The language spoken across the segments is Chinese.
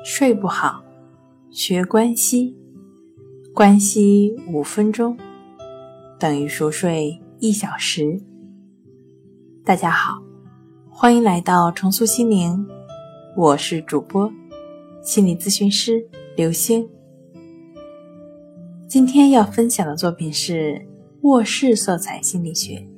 睡不好，学关息，关息5分钟等于熟睡1小时。大家好，欢迎来到重塑心灵，我是主播心理咨询师刘星。今天要分享的作品是卧室色彩心理学。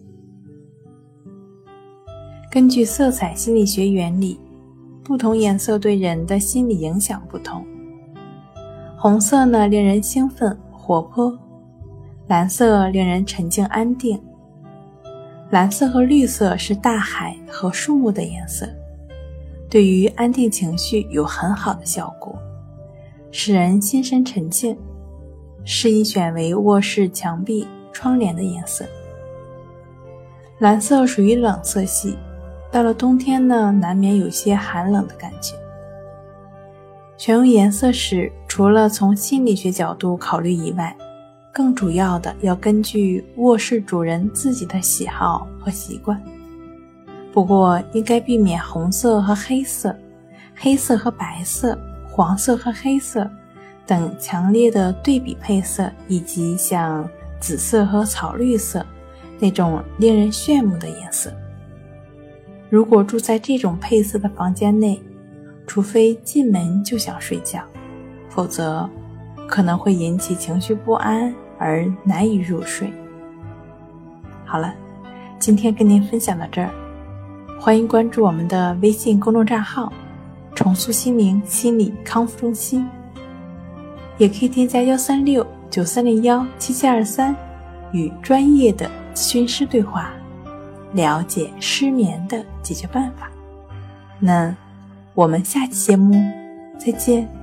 根据色彩心理学原理，不同颜色对人的心理影响不同。红色呢，令人兴奋活泼；蓝色令人沉静安定。蓝色和绿色是大海和树木的颜色，对于安定情绪有很好的效果，使人心神沉静，适宜选为卧室墙壁窗帘的颜色。蓝色属于冷色系，到了冬天呢，难免有些寒冷的感觉。选用颜色时，除了从心理学角度考虑以外，更主要的要根据卧室主人自己的喜好和习惯。不过应该避免红色和黑色、黑色和白色、黄色和黑色等强烈的对比配色，以及像紫色和草绿色那种令人炫目的颜色。如果住在这种配色的房间内，除非进门就想睡觉，否则可能会引起情绪不安而难以入睡。好了，今天跟您分享到这儿，欢迎关注我们的微信公众账号重塑心灵心理康复中心，也可以添加136-9301-7723与专业的咨询师对话，了解失眠的解决办法。那我们下期节目再见。